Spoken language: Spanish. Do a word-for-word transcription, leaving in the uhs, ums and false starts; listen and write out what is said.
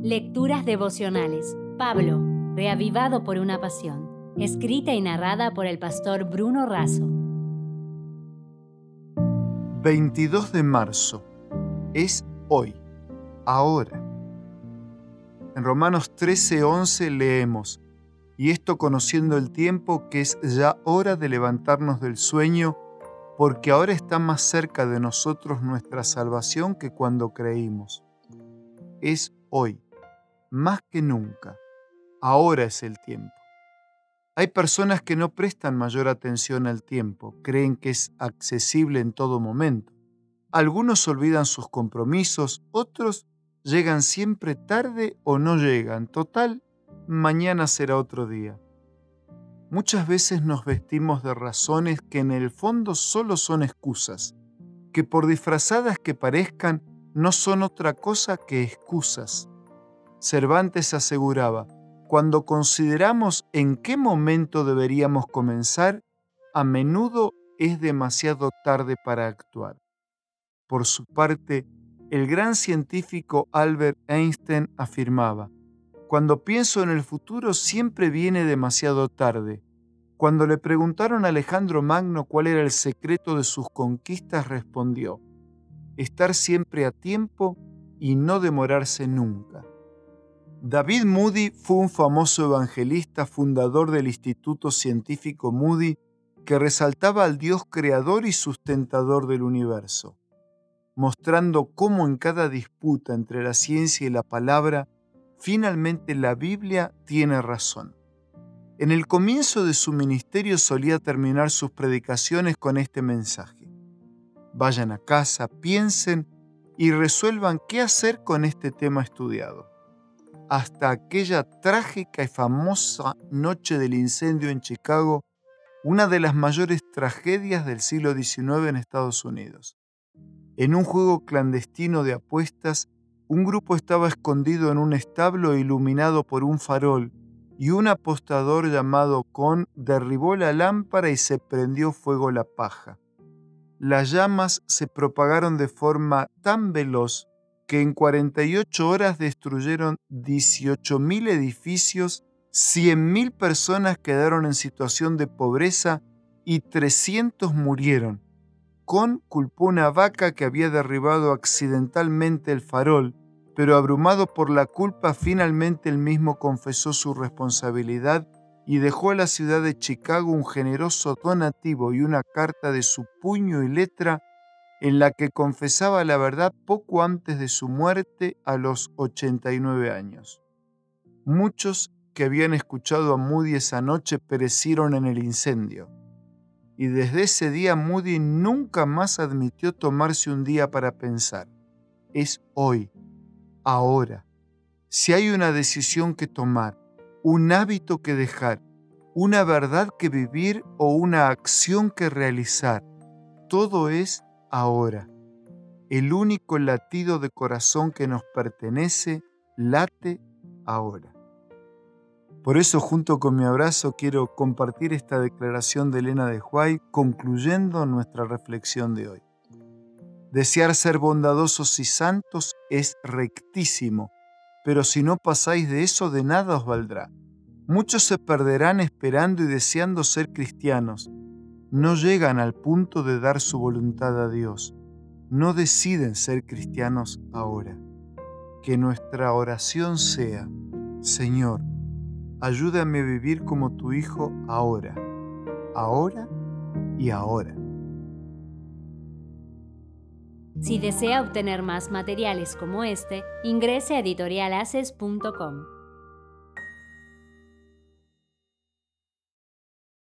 Lecturas devocionales. Pablo, reavivado por una pasión. Escrita y narrada por el pastor Bruno Razo. veintidós de marzo. Es hoy, ahora. En Romanos trece once leemos: y esto conociendo el tiempo, que es ya hora de levantarnos del sueño, porque ahora está más cerca de nosotros nuestra salvación que cuando creímos. Es hoy, más que nunca. Ahora es el tiempo. Hay personas que no prestan mayor atención al tiempo, creen que es accesible en todo momento. Algunos olvidan sus compromisos, otros llegan siempre tarde o no llegan. Total, mañana será otro día. Muchas veces nos vestimos de razones que en el fondo solo son excusas, que por disfrazadas que parezcan, no son otra cosa que excusas. Cervantes aseguraba: cuando consideramos en qué momento deberíamos comenzar, a menudo es demasiado tarde para actuar. Por su parte, el gran científico Albert Einstein afirmaba: cuando pienso en el futuro siempre viene demasiado tarde. Cuando le preguntaron a Alejandro Magno cuál era el secreto de sus conquistas, respondió: estar siempre a tiempo y no demorarse nunca. David Moody fue un famoso evangelista, fundador del Instituto Científico Moody, que resaltaba al Dios creador y sustentador del universo, mostrando cómo en cada disputa entre la ciencia y la palabra, finalmente la Biblia tiene razón. En el comienzo de su ministerio solía terminar sus predicaciones con este mensaje: vayan a casa, piensen y resuelvan qué hacer con este tema estudiado. Hasta aquella trágica y famosa noche del incendio en Chicago, una de las mayores tragedias del siglo diecinueve en Estados Unidos. En un juego clandestino de apuestas, un grupo estaba escondido en un establo iluminado por un farol, y un apostador llamado Con derribó la lámpara y se prendió fuego la paja. Las llamas se propagaron de forma tan veloz que en cuarenta y ocho horas destruyeron dieciocho mil edificios, cien mil personas quedaron en situación de pobreza y trescientos murieron. Con culpó una vaca que había derribado accidentalmente el farol, pero abrumado por la culpa, finalmente él mismo confesó su responsabilidad y dejó a la ciudad de Chicago un generoso donativo y una carta de su puño y letra en la que confesaba la verdad poco antes de su muerte a los ochenta y nueve años. Muchos que habían escuchado a Moody esa noche perecieron en el incendio, y desde ese día Moody nunca más admitió tomarse un día para pensar. Es hoy, ahora. Si hay una decisión que tomar, un hábito que dejar, una verdad que vivir o una acción que realizar, todo es ahora. El único latido de corazón que nos pertenece late ahora. Por eso, junto con mi abrazo, quiero compartir esta declaración de Elena de White, concluyendo nuestra reflexión de hoy. Desear ser bondadosos y santos es rectísimo, pero si no pasáis de eso, de nada os valdrá. Muchos se perderán esperando y deseando ser cristianos. No llegan al punto de dar su voluntad a Dios. No deciden ser cristianos ahora. Que nuestra oración sea: Señor, ayúdame a vivir como tu Hijo ahora, ahora y ahora. Si desea obtener más materiales como este, ingrese a editorial haces punto com.